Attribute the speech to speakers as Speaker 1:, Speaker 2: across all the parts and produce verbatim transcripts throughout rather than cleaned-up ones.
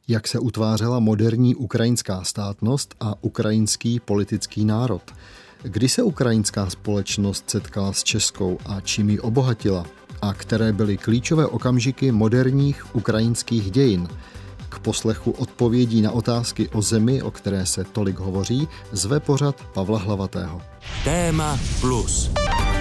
Speaker 1: Jak se utvářela moderní ukrajinská státnost a ukrajinský politický národ? Kdy se ukrajinská společnost setkala s českou a čím ji obohatila? A které byly klíčové okamžiky moderních ukrajinských dějin? K poslechu odpovědí na otázky o zemi, o které se tolik hovoří, zve pořad Pavla Hlavatého.
Speaker 2: Téma plus.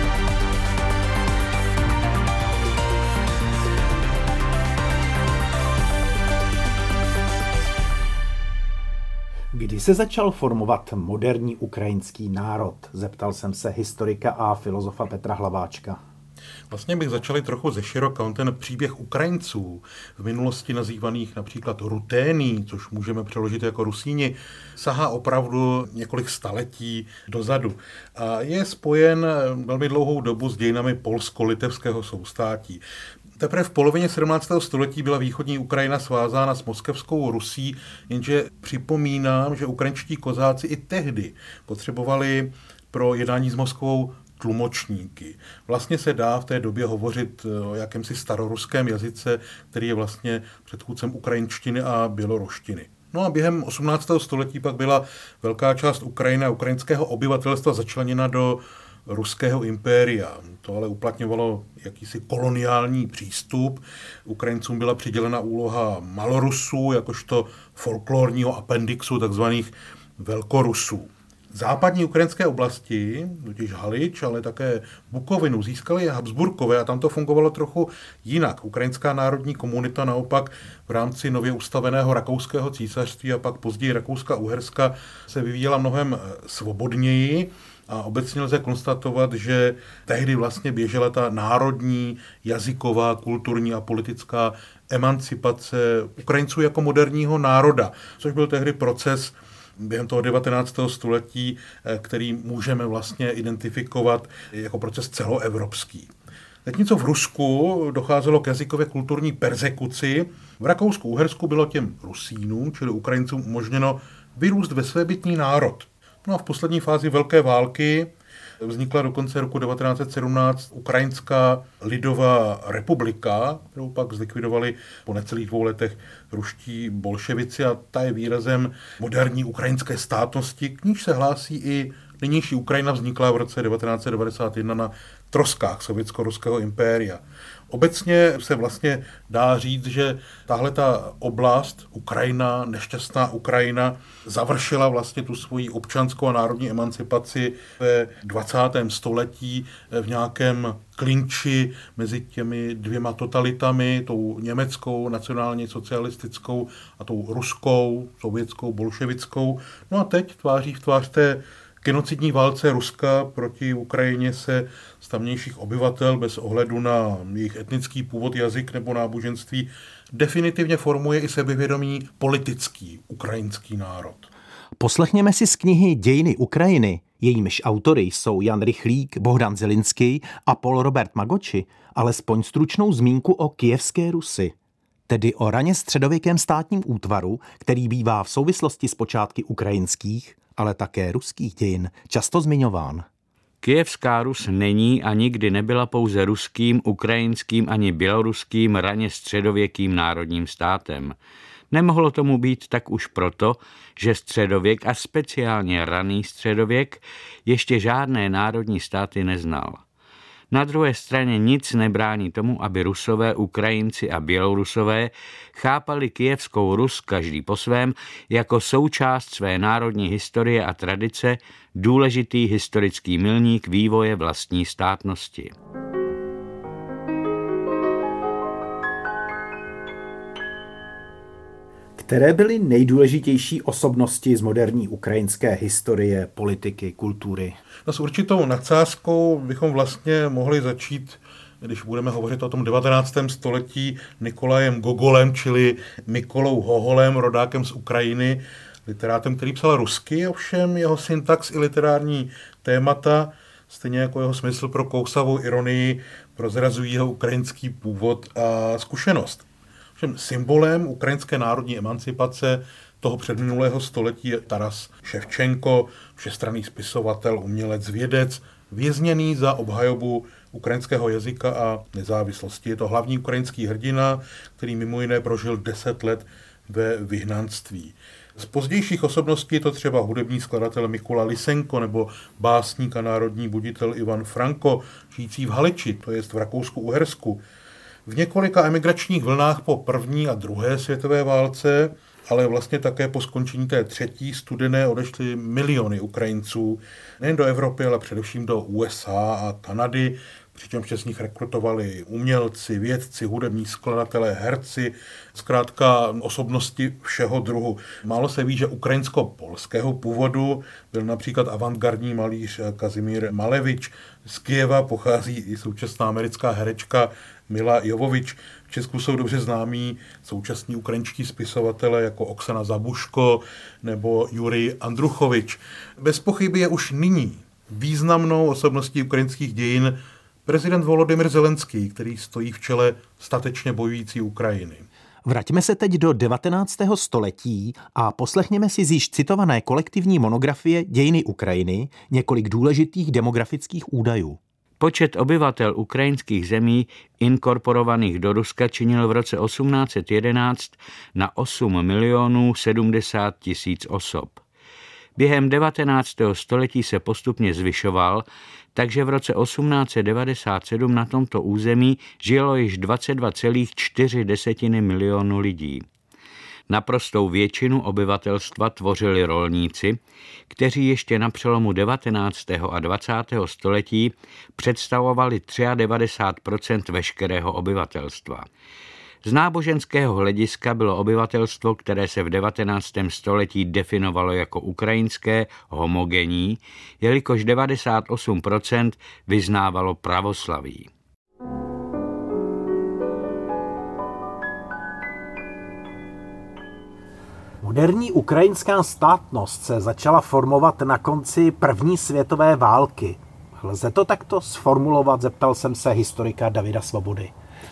Speaker 3: Kdy se začal formovat moderní ukrajinský národ? Zeptal jsem se historika a filozofa Petra Hlaváčka.
Speaker 4: Vlastně bych začali trochu ze široka. On ten příběh Ukrajinců, v minulosti nazývaných například Rutény, což můžeme přeložit jako Rusíni, sahá opravdu několik staletí dozadu. A je spojen velmi dlouhou dobu s dějinami polsko-litevského soustátí. Teprve v polovině sedmnáctého století byla východní Ukrajina svázána s moskevskou Rusí, jenže připomínám, že ukrajinští kozáci i tehdy potřebovali pro jednání s Moskvou tlumočníky. Vlastně se dá v té době hovořit o jakémsi staroruském jazyce, který je vlastně předchůdcem ukrajinštiny a běloruštiny. No a během osmnáctého století pak byla velká část Ukrajiny a ukrajinského obyvatelstva začleněna do ruského impéria. To ale uplatňovalo jakýsi koloniální přístup. Ukrajincům byla přidělena úloha Malorusů, jakožto folklorního appendixu takzvaných Velkorusů. Západní ukrajinské oblasti, totiž Halič, ale také Bukovinu, získali Habsburkové a tam to fungovalo trochu jinak. Ukrajinská národní komunita naopak v rámci nově ustaveného rakouského císařství a pak později Rakouska-Uherska se vyvíjela mnohem svobodněji a obecně lze konstatovat, že tehdy vlastně běžela ta národní, jazyková, kulturní a politická emancipace Ukrajinců jako moderního národa, což byl tehdy proces během toho devatenáctého století, který můžeme vlastně identifikovat jako proces celoevropský. Zatímco v Rusku docházelo k jazykově kulturní perzekuci, v Rakousku-Uhersku bylo těm Rusínům, čili Ukrajincům, umožněno vyrůst ve svébytný národ. No a v poslední fázi Velké války vznikla do konce roku devatenáct set sedmnáct Ukrajinská lidová republika, kterou pak zlikvidovali po necelých dvou letech ruští bolševici a ta je výrazem moderní ukrajinské státnosti, k níž se hlásí i nynější Ukrajina, vznikla v roce devatenáct set devadesát jedna na troskách sovětsko-ruského impéria. Obecně se vlastně dá říct, že tahle ta oblast, Ukrajina, nešťastná Ukrajina, završila vlastně tu svoji občanskou a národní emancipaci ve dvacátém století v nějakém klinči mezi těmi dvěma totalitami, tou německou, nacionálně socialistickou a tou ruskou, sovětskou, bolševickou. No a teď tváří v tvář té genocidní válce Ruska proti Ukrajině se z tamnějších obyvatel bez ohledu na jejich etnický původ, jazyk nebo náboženství definitivně formuje i sebevědomý politický ukrajinský národ.
Speaker 3: Poslechněme si z knihy Dějiny Ukrajiny, jejímiž autory jsou Jan Rychlík, Bohdan Zelinský a Paul Robert Magoči, alespoň stručnou zmínku o Kyjevské Rusi, tedy o raně středověkém státním útvaru, který bývá v souvislosti s počátky ukrajinských, ale také ruských dějin často zmiňován.
Speaker 5: Kyjevská Rus není a nikdy nebyla pouze ruským, ukrajinským ani běloruským raně středověkým národním státem. Nemohlo tomu být tak už proto, že středověk a speciálně raný středověk ještě žádné národní státy neznal. Na druhé straně nic nebrání tomu, aby Rusové, Ukrajinci a Bělorusové chápali Kyjevskou Rus každý po svém jako součást své národní historie a tradice, důležitý historický milník vývoje vlastní státnosti.
Speaker 3: Které byly nejdůležitější osobnosti z moderní ukrajinské historie, politiky, kultury?
Speaker 4: No, s určitou nadsázkou bychom vlastně mohli začít, když budeme hovořit o tom devatenáctém století, Nikolajem Gogolem, čili Mikolou Hoholem, rodákem z Ukrajiny, literátem, který psal rusky, ovšem jeho syntax i literární témata, stejně jako jeho smysl pro kousavou ironii, prozrazují jeho ukrajinský původ a zkušenost. Všem symbolem ukrajinské národní emancipace toho předminulého století je Taras Ševčenko, všestranný spisovatel, umělec, vědec, vězněný za obhajobu ukrajinského jazyka a nezávislosti. Je to hlavní ukrajinský hrdina, který mimo jiné prožil deset let ve vyhnanství. Z pozdějších osobností je to třeba hudební skladatel Mikula Lysenko nebo básník a národní buditel Ivan Franko, žijící v Haliči, to jest v Rakousku-Uhersku. V několika emigračních vlnách po první a druhé světové válce, ale vlastně také po skončení té třetí studené odešly miliony Ukrajinců, nejen do Evropy, ale především do U S A a Kanady, přičemž se z nich rekrutovali umělci, vědci, hudební skladatelé, herci, zkrátka osobnosti všeho druhu. Málo se ví, že ukrajinsko-polského původu byl například avantgardní malíř Kazimír Malevič. Z Kyjeva pochází i současná americká herečka Mila Jovovič. V Česku jsou dobře známí současní ukrajinští spisovatelé jako Oksana Zabuško nebo Jurij Andruchovič. Bez pochyby je už nyní významnou osobností ukrajinských dějin prezident Volodymyr Zelenský, který stojí v čele statečně bojující Ukrajiny.
Speaker 3: Vraťme se teď do devatenáctého století a poslechněme si z již citované kolektivní monografie Dějiny Ukrajiny několik důležitých demografických údajů.
Speaker 5: Počet obyvatel ukrajinských zemí inkorporovaných do Ruska činil v roce osmnáct set jedenáct na osm milionů sedmdesát tisíc osob. Během devatenáctého století se postupně zvyšoval, takže v roce osmnáct set devadesát sedm na tomto území žilo již dvacet dva celá čtyři milionu lidí. Naprostou většinu obyvatelstva tvořili rolníci, kteří ještě na přelomu devatenáctého a dvacátého století představovali devadesát tři procent veškerého obyvatelstva. Z náboženského hlediska bylo obyvatelstvo, které se v devatenáctém století definovalo jako ukrajinské, homogenní, jelikož devadesát osm procent vyznávalo pravoslaví.
Speaker 3: Moderní ukrajinská státnost se začala formovat na konci první světové války. Lze to takto sformulovat, zeptal jsem se historika Davida Svobody.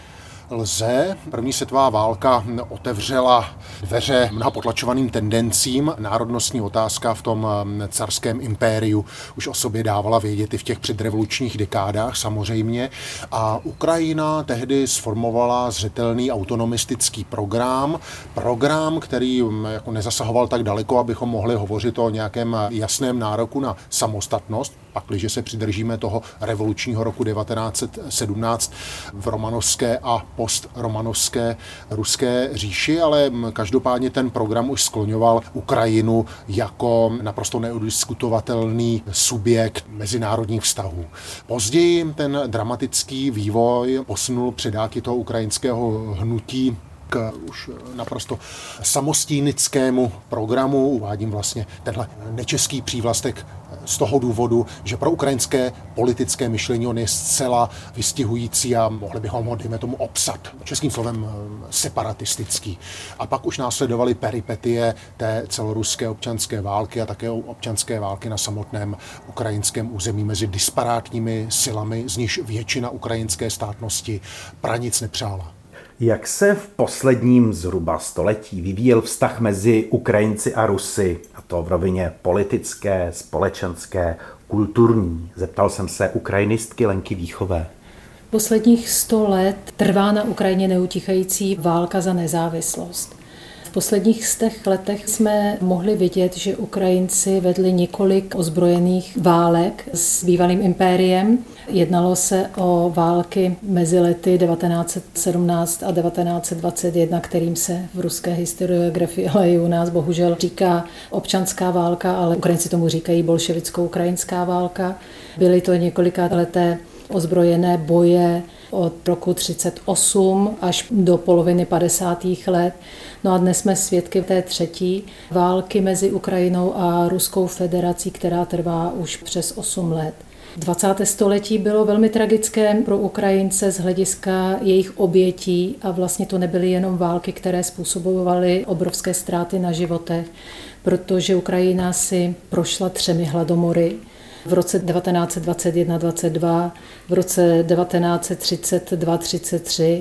Speaker 6: Lze. První světová válka otevřela dveře mnoha potlačovaným tendencím. Národnostní otázka v tom carském impériu už o sobě dávala vědět i v těch předrevolučních dekádách samozřejmě. A Ukrajina tehdy sformovala zřetelný autonomistický program. Program, který jako nezasahoval tak daleko, abychom mohli hovořit o nějakém jasném nároku na samostatnost, pakliže se přidržíme toho revolučního roku devatenáct set sedmnáct v romanovské a postromanovské ruské říši, ale každopádně ten program už skloňoval Ukrajinu jako naprosto neodiskutovatelný subjekt mezinárodních vztahů. Později ten dramatický vývoj posunul předáky toho ukrajinského hnutí k už naprosto samostínickému programu. Uvádím vlastně tenhle nečeský přívlastek z toho důvodu, že pro ukrajinské politické myšlení on je zcela vystihující a mohli bychom ho, dejme tomu, obsat českým slovem separatistický. A pak už následovaly peripetie té celoruské občanské války a také občanské války na samotném ukrajinském území mezi disparátními silami, z nichž většina ukrajinské státnosti pranic nepřála.
Speaker 3: Jak se v posledním zhruba století vyvíjel vztah mezi Ukrajinci a Rusy, a to v rovině politické, společenské, kulturní? Zeptal jsem se ukrajinistky Lenky Víchové.
Speaker 7: Posledních sto let trvá na Ukrajině neutichající válka za nezávislost. V posledních stech letech jsme mohli vidět, že Ukrajinci vedli několik ozbrojených válek s bývalým impériem. Jednalo se o války mezi lety devatenáct set sedmnáct a devatenáct set dvacet jedna, kterým se v ruské historiografii, ale i u nás bohužel říká občanská válka, ale Ukrajinci tomu říkají bolševicko-ukrajinská válka. Byly to několikaleté ozbrojené boje od roku třicet osm až do poloviny padesátých let. No a dnes jsme svědky té třetí války mezi Ukrajinou a Ruskou federací, která trvá už přes osm let. dvacáté století bylo velmi tragické pro Ukrajince z hlediska jejich obětí a vlastně to nebyly jenom války, které způsobovaly obrovské ztráty na životech, protože Ukrajina si prošla třemi hladomory. V roce devatenáct set dvacet jedna dvacet dva, v roce devatenáct set třicet dva třicet tři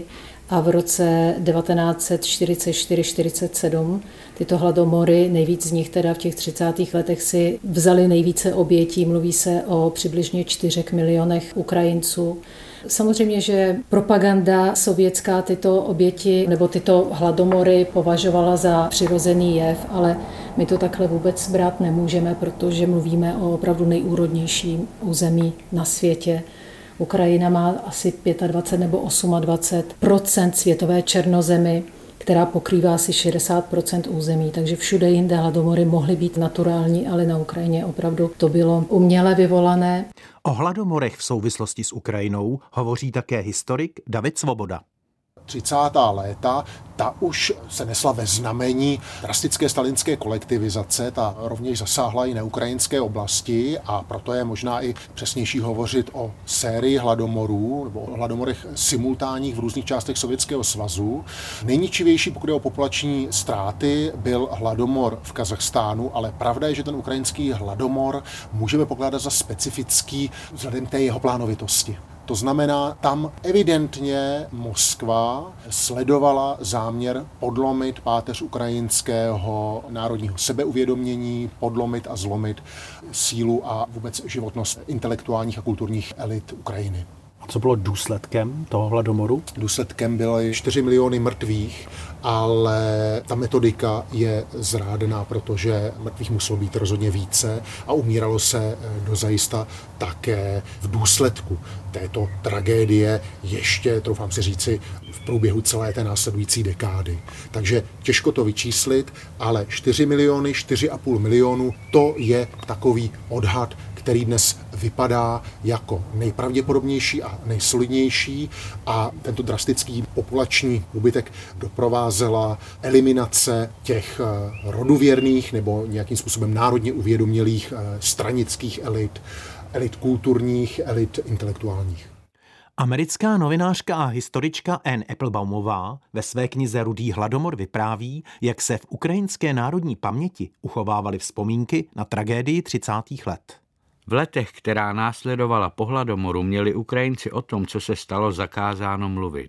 Speaker 7: a v roce devatenáct set čtyřicet čtyři čtyřicet sedm tyto hladomory, nejvíc z nich teda v těch třicátých letech si vzali nejvíce obětí, mluví se o přibližně čtyřech milionech Ukrajinců. Samozřejmě, že propaganda sovětská tyto oběti nebo tyto hladomory považovala za přirozený jev, ale my to takhle vůbec brát nemůžeme, protože mluvíme o opravdu nejúrodnějším území na světě. Ukrajina má asi dvacet pět nebo dvacet osm procent světové černozemi, která pokrývá asi šedesát procent území, takže všude jinde hladomory mohly být naturální, ale na Ukrajině opravdu to bylo uměle vyvolané.
Speaker 3: O hladomorech v souvislosti s Ukrajinou hovoří také historik David Svoboda.
Speaker 6: třicátá léta, ta už se nesla ve znamení drastické stalinské kolektivizace, ta rovněž zasáhla i na ukrajinské oblasti a proto je možná i přesnější hovořit o sérii hladomorů nebo o hladomorech simultánních v různých částech Sovětského svazu. Nejničivější, pokud je o populační ztráty, byl hladomor v Kazachstánu, ale pravda je, že ten ukrajinský hladomor můžeme pokládat za specifický vzhledem k té jeho plánovitosti. To znamená, tam evidentně Moskva sledovala záměr podlomit páteř ukrajinského národního sebeuvědomění, podlomit a zlomit sílu a vůbec životnost intelektuálních a kulturních elit Ukrajiny.
Speaker 3: A co bylo důsledkem toho hladomoru?
Speaker 6: Důsledkem byly čtyři miliony mrtvých, ale ta metodika je zrádná, protože mrtvých muselo být rozhodně více a umíralo se dozajista také v důsledku této tragédie ještě, troufám si říci, v průběhu celé té následující dekády. Takže těžko to vyčíslit, ale čtyři miliony, čtyři a půl milionu, to je takový odhad, který dnes vypadá jako nejpravděpodobnější a nejsolidnější a tento drastický populační úbytek doprovázela eliminace těch roduvěrných nebo nějakým způsobem národně uvědomělých stranických elit, elit kulturních, elit intelektuálních.
Speaker 3: Americká novinářka a historička Anne Applebaumová ve své knize Rudý hladomor vypráví, jak se v ukrajinské národní paměti uchovávaly vzpomínky na tragédii třicátých let.
Speaker 5: V letech, která následovala po hladomoru, měli Ukrajinci o tom, co se stalo, zakázáno mluvit.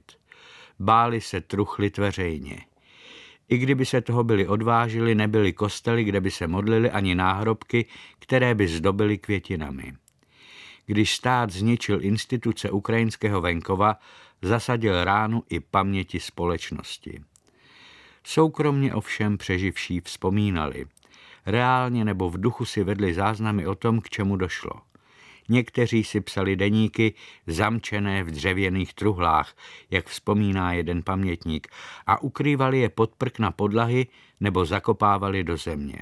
Speaker 5: Báli se truchlit veřejně. I kdyby se toho byli odvážili, nebyly kostely, kde by se modlili, ani náhrobky, které by zdobily květinami. Když stát zničil instituce ukrajinského venkova, zasadil ránu i paměti společnosti. Soukromně ovšem přeživší vzpomínali. Reálně nebo v duchu si vedli záznamy o tom, k čemu došlo. Někteří si psali deníky zamčené v dřevěných truhlách, jak vzpomíná jeden pamětník, a ukrývali je pod prkna podlahy nebo zakopávali do země.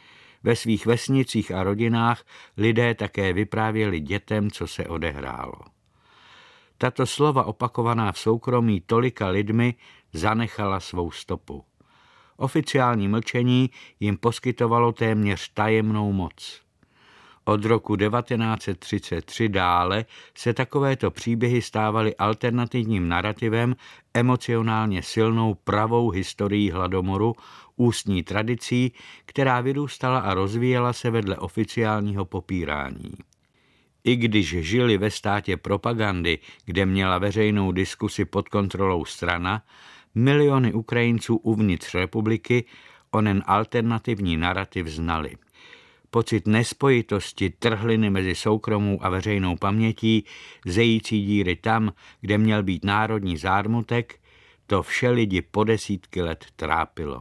Speaker 5: Ve svých vesnicích a rodinách lidé také vyprávěli dětem, co se odehrálo. Tato slova opakovaná v soukromí tolika lidmi zanechala svou stopu. Oficiální mlčení jim poskytovalo téměř tajemnou moc. Od roku devatenáct set třicet tři dále se takovéto příběhy stávaly alternativním narativem, emocionálně silnou pravou historií hladomoru, ústní tradicí, která vyrůstala a rozvíjela se vedle oficiálního popírání. I když žili ve státě propagandy, kde měla veřejnou diskusi pod kontrolou strana, miliony Ukrajinců uvnitř republiky onen alternativní narativ znali. Pocit nespojitosti trhliny mezi soukromou a veřejnou pamětí, zející díry tam, kde měl být národní zármutek, to vše lidi po desítky let trápilo.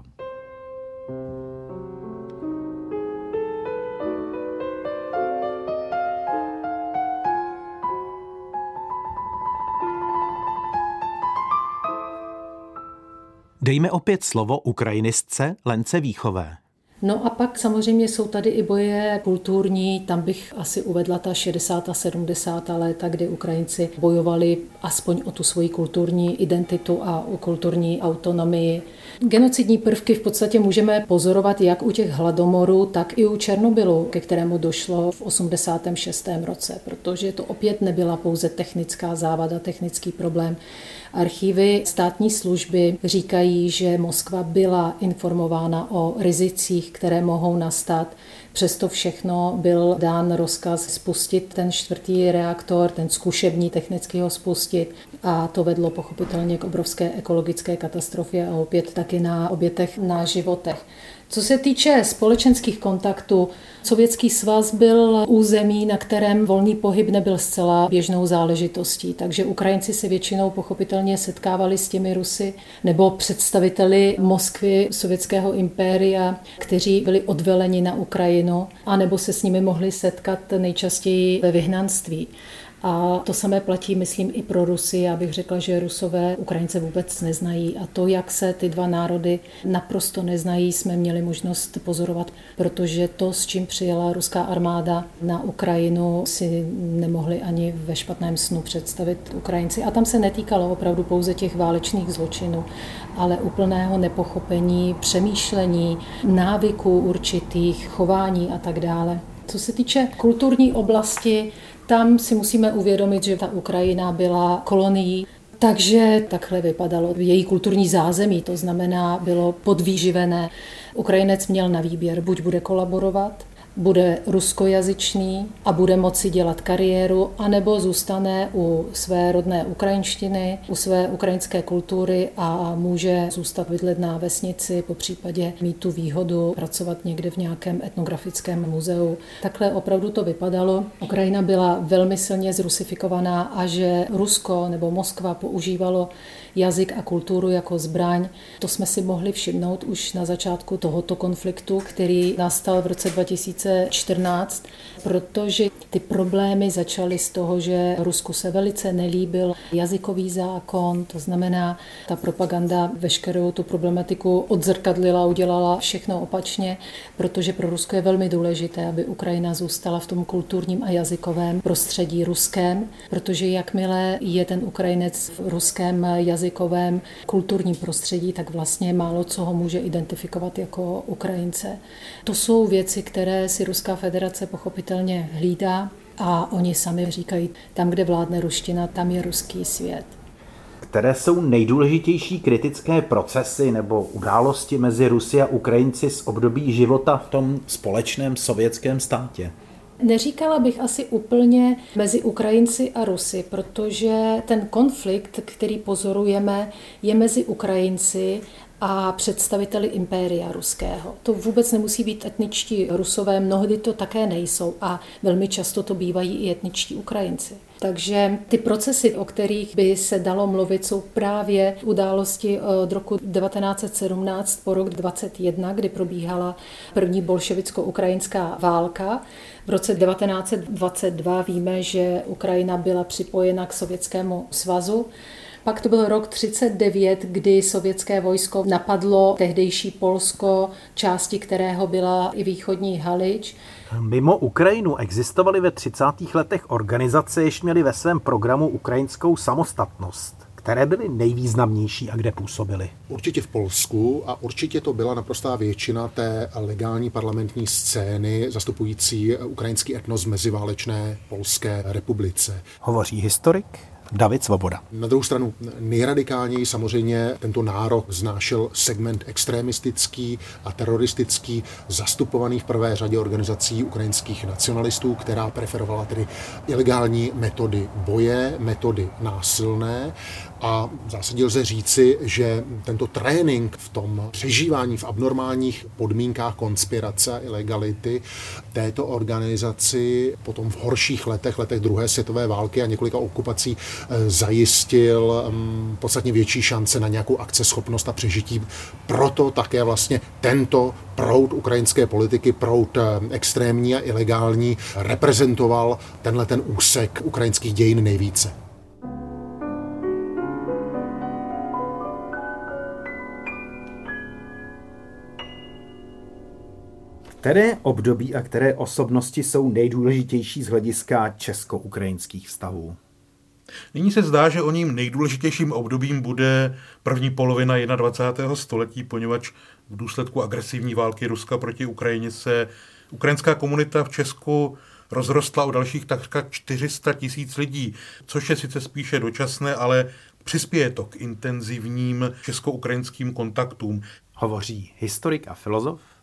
Speaker 3: Dejme opět slovo ukrajinistce Lence Víchové.
Speaker 7: No a pak samozřejmě jsou tady i boje kulturní, tam bych asi uvedla ta šedesátá sedmdesátá léta, kdy Ukrajinci bojovali aspoň o tu svoji kulturní identitu a o kulturní autonomii. Genocidní prvky v podstatě můžeme pozorovat jak u těch hladomorů, tak i u Černobylu, ke kterému došlo v osmdesátém šestém roce, protože to opět nebyla pouze technická závada, technický problém. Archívy státní služby říkají, že Moskva byla informována o rizicích, které mohou nastat Přesto všechno byl dán rozkaz spustit ten čtvrtý reaktor, ten zkušební technicky ho spustit a to vedlo pochopitelně k obrovské ekologické katastrofě a opět taky na obětech na životech. Co se týče společenských kontaktů, Sovětský svaz byl území, na kterém volný pohyb nebyl zcela běžnou záležitostí, takže Ukrajinci se většinou pochopitelně setkávali s těmi Rusy nebo představiteli Moskvy, sovětského impéria, kteří byli odveleni na Ukrajinu, anebo se s nimi mohli setkat nejčastěji ve vyhnanství. A to samé platí, myslím, i pro Rusy. Já bych řekla, že Rusové Ukrajince vůbec neznají. A to, jak se ty dva národy naprosto neznají, jsme měli možnost pozorovat, protože to, s čím přijela ruská armáda na Ukrajinu, si nemohli ani ve špatném snu představit Ukrajinci. A tam se netýkalo opravdu pouze těch válečných zločinů, ale úplného nepochopení, přemýšlení, návyků určitých, chování a tak dále. Co se týče kulturní oblasti, tam si musíme uvědomit, že ta Ukrajina byla kolonií, takže takhle vypadalo její kulturní zázemí, to znamená, bylo podvýživené. Ukrajinec měl na výběr, buď bude kolaborovat, bude ruskojazyčný a bude moci dělat kariéru, anebo zůstane u své rodné ukrajinštiny, u své ukrajinské kultury a může zůstat bydlet na vesnici, popřípadě mít tu výhodu pracovat někde v nějakém etnografickém muzeu. Takhle opravdu to vypadalo. Ukrajina byla velmi silně zrusifikovaná a že Rusko nebo Moskva používalo jazyk a kulturu jako zbraň, to jsme si mohli všimnout už na začátku tohoto konfliktu, který nastal v roce dva tisíce čtrnáct, protože ty problémy začaly z toho, že Rusku se velice nelíbil jazykový zákon, to znamená, ta propaganda veškerou tu problematiku odzrkadlila, udělala všechno opačně, protože pro Rusko je velmi důležité, aby Ukrajina zůstala v tom kulturním a jazykovém prostředí ruském, protože jakmile je ten Ukrajinec v ruském jazykovém kulturním prostředí, tak vlastně málo co ho může identifikovat jako Ukrajince. To jsou věci, které si Ruská federace pochopitelně hlídá a oni sami říkají, tam, kde vládne ruština, tam je ruský svět.
Speaker 3: Které jsou nejdůležitější kritické procesy nebo události mezi Rusy a Ukrajinci z období života v tom společném sovětském státě?
Speaker 7: Neříkala bych asi úplně mezi Ukrajinci a Rusy, protože ten konflikt, který pozorujeme, je mezi Ukrajinci a představiteli impéria ruského. To vůbec nemusí být etničtí Rusové, mnohdy to také nejsou a velmi často to bývají i etničtí Ukrajinci. Takže ty procesy, o kterých by se dalo mluvit, jsou právě události od roku devatenáct set sedmnáct po rok dvacet jedna, kdy probíhala první bolševicko-ukrajinská válka. V roce devatenáct set dvacet dva víme, že Ukrajina byla připojena k Sovětskému svazu. Pak to byl rok třicet devět, kdy sovětské vojsko napadlo tehdejší Polsko, části kterého byla i východní Halič.
Speaker 3: Mimo Ukrajinu existovaly ve třicátých letech organizace, jež měly ve svém programu ukrajinskou samostatnost. Které byly nejvýznamnější a kde působily?
Speaker 6: Určitě v Polsku a určitě to byla naprostá většina té legální parlamentní scény zastupující ukrajinský etnos v meziválečné Polské republice.
Speaker 3: Hovoří historik David Svoboda.
Speaker 6: Na druhou stranu nejradikálněji samozřejmě tento národ znášel segment extremistický a teroristický, zastupovaný v prvé řadě organizací ukrajinských nacionalistů, která preferovala tedy ilegální metody boje, metody násilné. A v zásadě lze říci, že tento trénink v tom přežívání v abnormálních podmínkách konspirace a ilegality této organizaci potom v horších letech, letech druhé světové války a několika okupací zajistil podstatně větší šance na nějakou akceschopnost a přežití. Proto také vlastně tento proud ukrajinské politiky, proud extrémní a ilegální, reprezentoval tenhle ten úsek ukrajinských dějin nejvíce.
Speaker 3: Které období a které osobnosti jsou nejdůležitější z hlediska česko-ukrajinských vztahů?
Speaker 4: Nyní se zdá, že o ním nejdůležitějším obdobím bude první polovina dvacátého prvního století, poněvadž v důsledku agresivní války Ruska proti Ukrajině se ukrajinská komunita v Česku rozrostla o dalších takřka čtyři sta tisíc lidí, což je sice spíše dočasné, ale přispěje to k intenzivním česko-ukrajinským kontaktům.
Speaker 3: Hovoří historik a filozof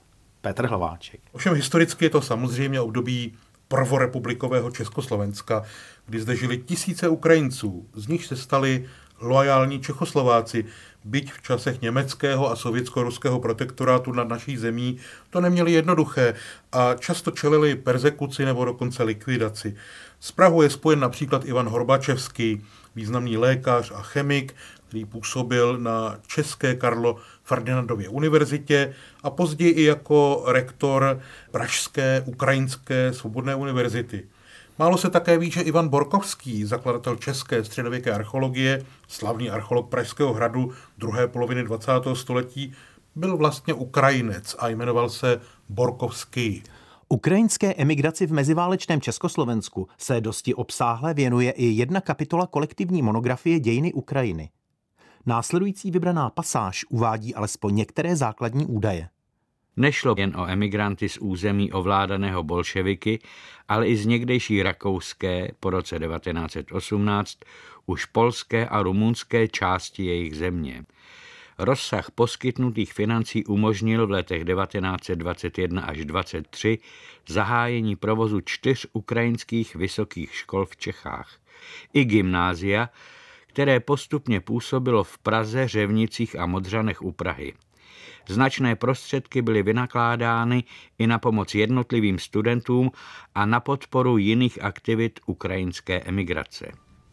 Speaker 3: Petr Hlaváček.
Speaker 4: Ovšem historicky je to samozřejmě období prvorepublikového Československa, kdy zde žili tisíce Ukrajinců, z nich se stali loajální Čechoslováci, byť v časech německého a sovětsko-ruského protektorátu nad naší zemí to neměli jednoduché a často čelili perzekuci nebo dokonce likvidaci. S Prahou je spojen například Ivan Horbačevský, významný lékař a chemik, který působil na České Karlo Ferdinandově univerzitě a později i jako rektor Pražské ukrajinské svobodné univerzity. Málo se také ví, že Ivan Borkovský, zakladatel české středověké archeologie, slavný archeolog Pražského hradu druhé poloviny dvacátého století, byl vlastně Ukrajinec a jmenoval se Borkovský.
Speaker 3: Ukrajinské emigraci v meziválečném Československu se dosti obsáhle věnuje i jedna kapitola kolektivní monografie Dějiny Ukrajiny. Následující vybraná pasáž uvádí alespoň některé základní údaje.
Speaker 5: Nešlo jen o emigranty z území ovládaného bolševiky, ale i z někdejší rakouské, po roce devatenáct set osmnáct, už polské a rumunské části jejich země. Rozsah poskytnutých financí umožnil v letech devatenáct set dvacet jedna až dvacet tři zahájení provozu čtyř ukrajinských vysokých škol v Čechách. I gymnázia, které postupně působilo v Praze, Řevnicích a Modřanech u Prahy. Značné prostředky byly vynakládány i na pomoc jednotlivým studentům a na podporu jiných aktivit ukrajinské emigrace.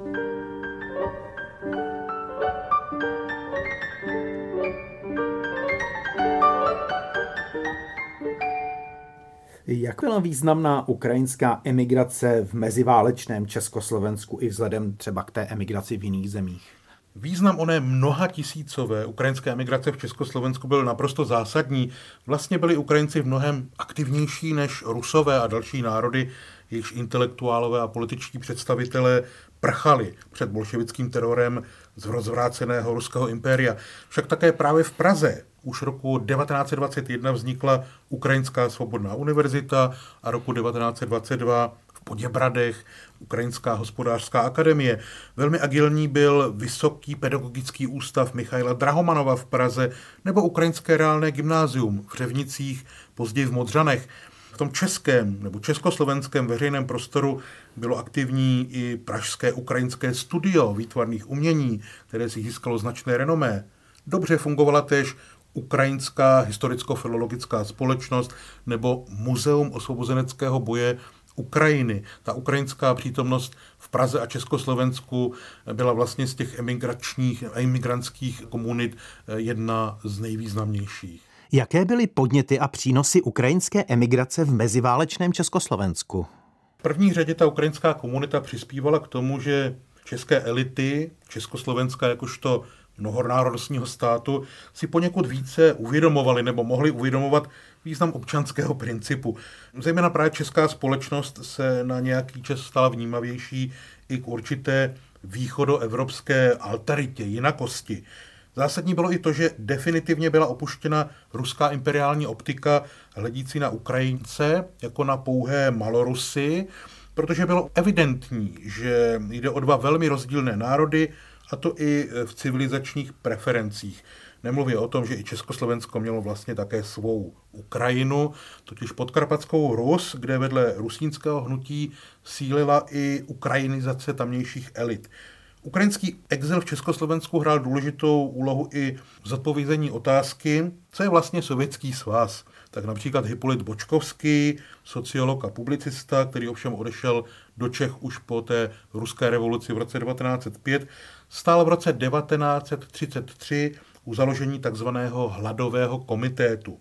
Speaker 3: Jak byla významná ukrajinská emigrace v meziválečném Československu i vzhledem třeba k té emigraci v jiných zemích?
Speaker 4: Význam oné mnoha tisícové ukrajinské emigrace v Československu byl naprosto zásadní. Vlastně byli Ukrajinci v mnohem aktivnější než Rusové a další národy, jejichž intelektuálové a političtí představitelé prchali před bolševickým terorem z rozvráceného ruského impéria. Však také právě v Praze už roku devatenáct set dvacet jedna vznikla Ukrajinská svobodná univerzita a roku devatenáct set dvacet dva v Poděbradech Ukrajinská hospodářská akademie. Velmi agilní byl Vysoký pedagogický ústav Michaila Drahomanova v Praze nebo Ukrajinské reálné gymnázium v Řevnicích, později v Modřanech. V tom českém nebo československém veřejném prostoru bylo aktivní i pražské ukrajinské studio výtvarných umění, které si získalo značné renomé. Dobře fungovala též Ukrajinská historicko-filologická společnost nebo Muzeum osvobozeneckého boje Ukrajiny. Ta ukrajinská přítomnost v Praze a Československu byla vlastně z těch emigračních a imigrantských komunit jedna z nejvýznamnějších.
Speaker 3: Jaké byly podněty a přínosy ukrajinské emigrace v meziválečném Československu?
Speaker 4: V první řadě ta ukrajinská komunita přispívala k tomu, že české elity, Československa jakožto mnohonárodnostního státu, si poněkud více uvědomovali nebo mohli uvědomovat význam občanského principu. Zejména právě česká společnost se na nějaký čas stala vnímavější i k určité východoevropské alteritě, jinakosti. Zásadní bylo i to, že definitivně byla opuštěna ruská imperiální optika hledící na Ukrajince jako na pouhé Malorusy, protože bylo evidentní, že jde o dva velmi rozdílné národy, a to i v civilizačních preferencích. Nemluví o tom, že i Československo mělo vlastně také svou Ukrajinu, totiž Podkarpatskou Rus, kde vedle rusínského hnutí sílila i ukrajinizace tamnějších elit. Ukrajinský exil v Československu hrál důležitou úlohu i v zodpovězení otázky, co je vlastně Sovětský svaz. Tak například Hypolit Bočkovský, sociolog a publicista, který ovšem odešel do Čech už po té ruské revoluci v roce devatenáct set pět, stál v roce devatenáct set třicet tři u založení takzvaného hladového komitétu.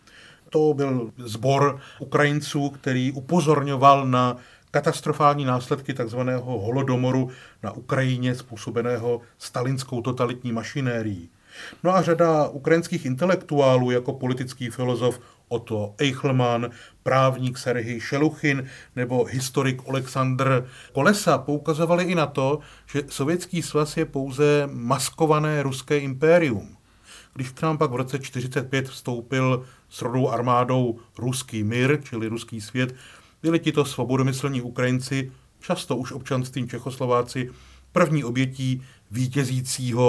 Speaker 4: To byl sbor Ukrajinců, který upozorňoval na katastrofální následky takzvaného holodomoru na Ukrajině způsobeného stalinskou totalitní mašinérií. No a řada ukrajinských intelektuálů jako politický filozof Otto Eichelman, právník Serhij Šeluchin nebo historik Oleksandr Kolesa poukazovali i na to, že Sovětský svaz je pouze maskované ruské impérium. Když k nám pak v roce čtyřicet pět vstoupil s rodou armádou ruský mír, čili ruský svět, byli tito svobodomyslní Ukrajinci, často už občanstvím Čechoslováci, první obětí vítězícího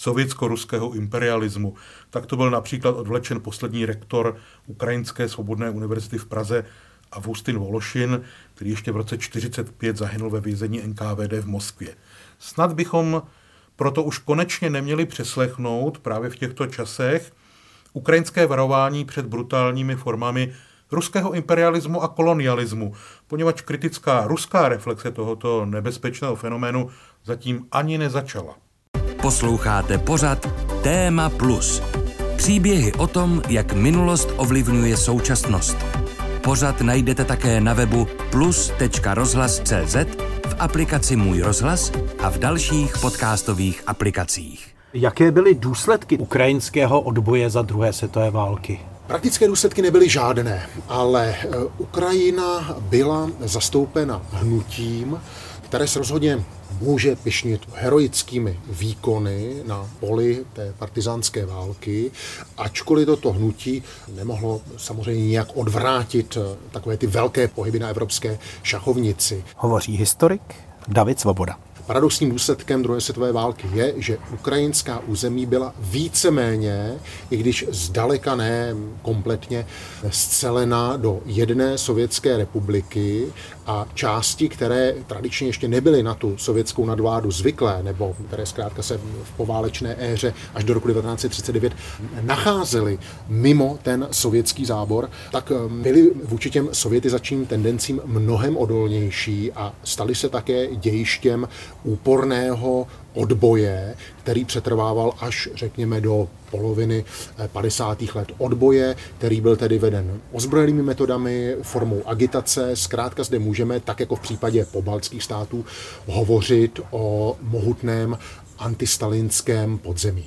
Speaker 4: sovětsko-ruského imperialismu. Tak to byl například odvlečen poslední rektor Ukrajinské svobodné univerzity v Praze Avgustin Vološin, který ještě v roce čtyřicet pět zahynul ve vězení N K V D v Moskvě. Snad bychom proto už konečně neměli přeslechnout právě v těchto časech ukrajinské varování před brutálními formami ruského imperialismu a kolonialismu, poněvadž kritická ruská reflexe tohoto nebezpečného fenoménu zatím ani nezačala.
Speaker 2: Posloucháte pořad Téma Plus. Příběhy o tom, jak minulost ovlivňuje současnost. Pořad najdete také na webu plus tečka rozhlas tečka cé zet, v aplikaci Můj rozhlas a v dalších podcastových aplikacích.
Speaker 3: Jaké byly důsledky ukrajinského odboje za druhé světové války?
Speaker 6: Praktické důsledky nebyly žádné, ale Ukrajina byla zastoupena hnutím, které se rozhodně může pyšnit heroickými výkony na poli té partizánské války, ačkoliv toto hnutí nemohlo samozřejmě nějak odvrátit takové ty velké pohyby na evropské šachovnici.
Speaker 3: Hovoří historik David Svoboda.
Speaker 6: Paradoxním důsledkem druhé světové války je, že ukrajinská území byla víceméně, i když zdaleka ne kompletně, scelena do jedné sovětské republiky a části, které tradičně ještě nebyly na tu sovětskou nadvládu zvyklé, nebo které zkrátka se v poválečné éře až do roku devatenáct set třicet devět nacházely mimo ten sovětský zábor, tak byly vůči těm sovětizačním tendencím mnohem odolnější a staly se také dějištěm úporného odboje, který přetrvával až, řekněme, do poloviny padesátých let. Odboje, který byl tedy veden ozbrojenými metodami, formou agitace. Zkrátka zde můžeme, tak jako v případě pobaltských států, hovořit o mohutném antistalinském podzemí.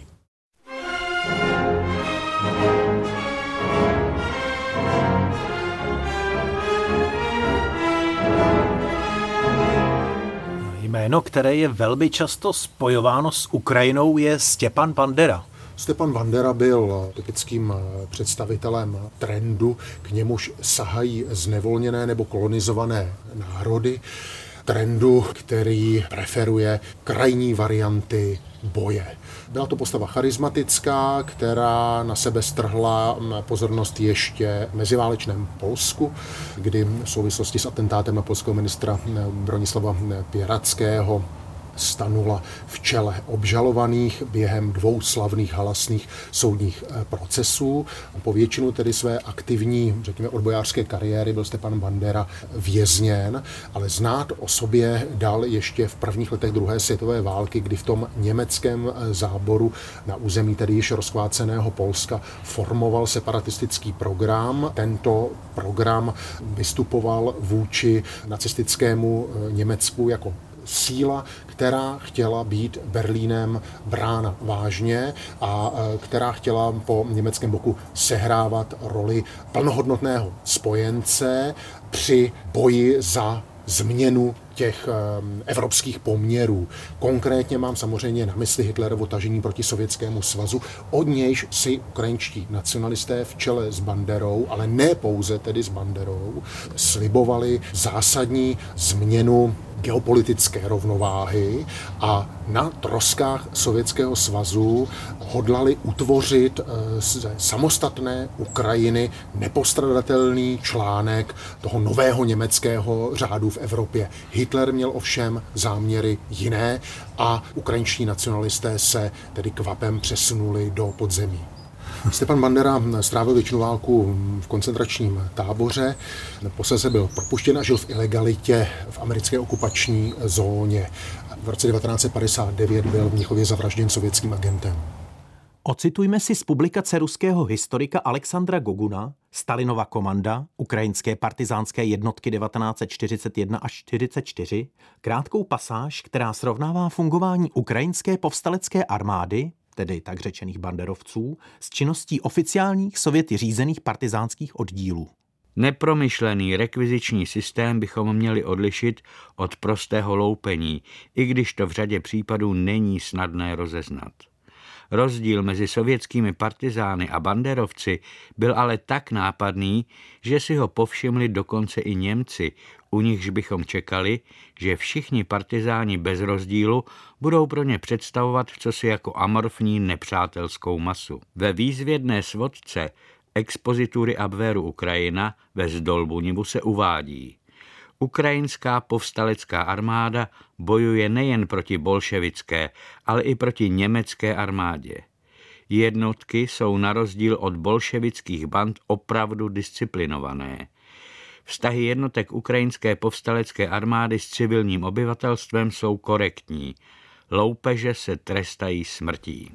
Speaker 3: Jméno, které je velmi často spojováno s Ukrajinou, je Stepan Bandera.
Speaker 6: Stepan Bandera byl typickým představitelem trendu, k němuž sahají znevolněné nebo kolonizované národy. Trendu, který preferuje krajní varianty boje. Byla to postava charismatická, která na sebe strhla pozornost ještě v meziválečném Polsku, kdy v souvislosti s atentátem na polského ministra Bronislava Pierackého stanula v čele obžalovaných během dvou slavných halasných soudních procesů. Po většinu tedy své aktivní, řekněme, odbojářské kariéry byl Stepan Bandera vězněn, ale znát o sobě dal ještě v prvních letech druhé světové války, kdy v tom německém záboru na území tedy již rozchváceného Polska formoval separatistický program. Tento program vystupoval vůči nacistickému Německu jako síla, která chtěla být Berlínem brána vážně a která chtěla po německém boku sehrávat roli plnohodnotného spojence při boji za změnu těch evropských poměrů. Konkrétně mám samozřejmě na mysli Hitlerovo tažení proti Sovětskému svazu, od nějž si ukrajinští nacionalisté v čele s Banderou, ale ne pouze tedy s Banderou, slibovali zásadní změnu geopolitické rovnováhy a na troskách Sovětského svazu hodlali utvořit ze samostatné Ukrajiny nepostradatelný článek toho nového německého řádu v Evropě. Hitler měl ovšem záměry jiné a ukrajinští nacionalisté se tedy kvapem přesunuli do podzemí. Stepan Bandera strávil většinu válku v koncentračním táboře, posléze byl propuštěn a žil v ilegalitě v americké okupační zóně. V roce devatenáct set padesát devět byl v Mnichově zavražděn sovětským agentem.
Speaker 3: Ocitujme si z publikace ruského historika Alexandra Goguna Stalinova komanda, ukrajinské partizánské jednotky devatenáct set čtyřicet jedna až čtyřicet čtyři, krátkou pasáž, která srovnává fungování ukrajinské povstalecké armády, tedy tak řečených banderovců, s činností oficiálních sověty řízených partizánských oddílů.
Speaker 5: Nepromyšlený rekviziční systém bychom měli odlišit od prostého loupení, i když to v řadě případů není snadné rozeznat. Rozdíl mezi sovětskými partizány a banderovci byl ale tak nápadný, že si ho povšimli dokonce i Němci, u nichž bychom čekali, že všichni partizáni bez rozdílu budou pro ně představovat cosi jako amorfní nepřátelskou masu. Ve výzvědné svodce Expozitury Abwehru Ukrajina ve Zdolbunivu se uvádí: Ukrajinská povstalecká armáda bojuje nejen proti bolševické, ale i proti německé armádě. Jednotky jsou na rozdíl od bolševických band opravdu disciplinované. Vztahy jednotek ukrajinské povstalecké armády s civilním obyvatelstvem jsou korektní. Loupeže se trestají smrtí.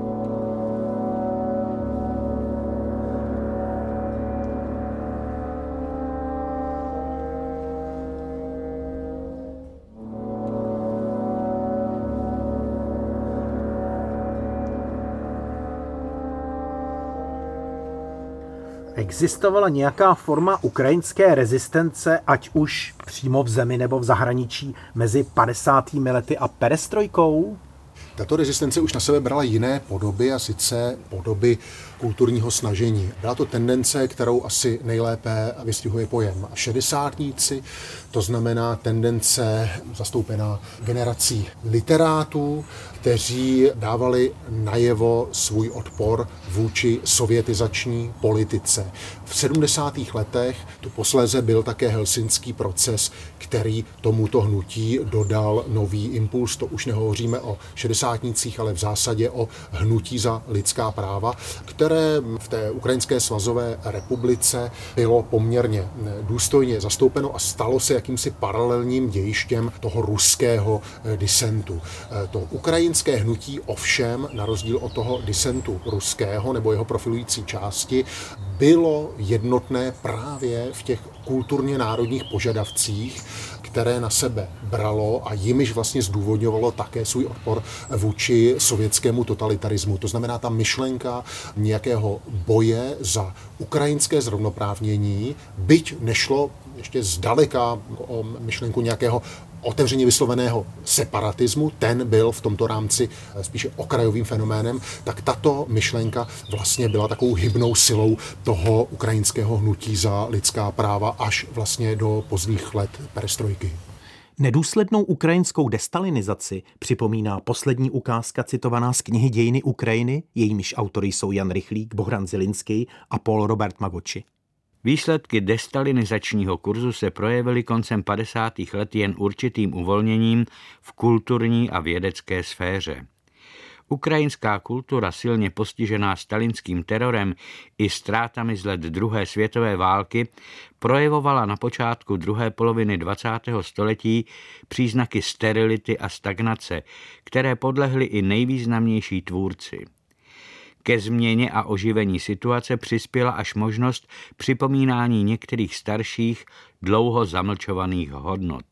Speaker 3: Existovala nějaká forma ukrajinské rezistence, ať už přímo v zemi nebo v zahraničí, mezi padesátými lety a perestrojkou?
Speaker 6: Tato rezistence už na sebe brala jiné podoby, a sice podoby kulturního snažení. Byla to tendence, kterou asi nejlépe vystihuje pojem šedesátníci, to znamená tendence zastoupená generací literátů, kteří dávali najevo svůj odpor vůči sovětizační politice. V sedmdesátých letech to posléze byl také helsinský proces, který tomuto hnutí dodal nový impuls. To už nehovoříme o šedesátnících, ale v zásadě o hnutí za lidská práva, které v té Ukrajinské svazové republice bylo poměrně důstojně zastoupeno a stalo se jakýmsi paralelním dějištěm toho ruského disentu. To ukrajinské hnutí ovšem, na rozdíl od toho disentu ruského nebo jeho profilující části, bylo jednotné právě v těch kulturně národních požadavcích, které na sebe bralo a jimiž vlastně zdůvodňovalo také svůj odpor vůči sovětskému totalitarismu. To znamená ta myšlenka nějakého boje za ukrajinské zrovnoprávnění, byť nešlo ještě zdaleka o myšlenku nějakého otevřeně vysloveného separatismu, ten byl v tomto rámci spíše okrajovým fenoménem, tak tato myšlenka vlastně byla takovou hybnou silou toho ukrajinského hnutí za lidská práva až vlastně do pozdních let perestrojky.
Speaker 3: Nedůslednou ukrajinskou destalinizaci připomíná poslední ukázka citovaná z knihy Dějiny Ukrajiny, jejímiž autory jsou Jan Rychlík, Bohdan Zilinský a Paul Robert Magoči.
Speaker 5: Výsledky destalinizačního kurzu se projevily koncem padesátých let jen určitým uvolněním v kulturní a vědecké sféře. Ukrajinská kultura, silně postižená stalinským terorem i ztrátami z let druhé světové války, projevovala na počátku druhé poloviny dvacátého století příznaky sterility a stagnace, které podlehly i nejvýznamnější tvůrci. Ke změně a oživení situace přispěla až možnost připomínání některých starších, dlouho zamlčovaných hodnot.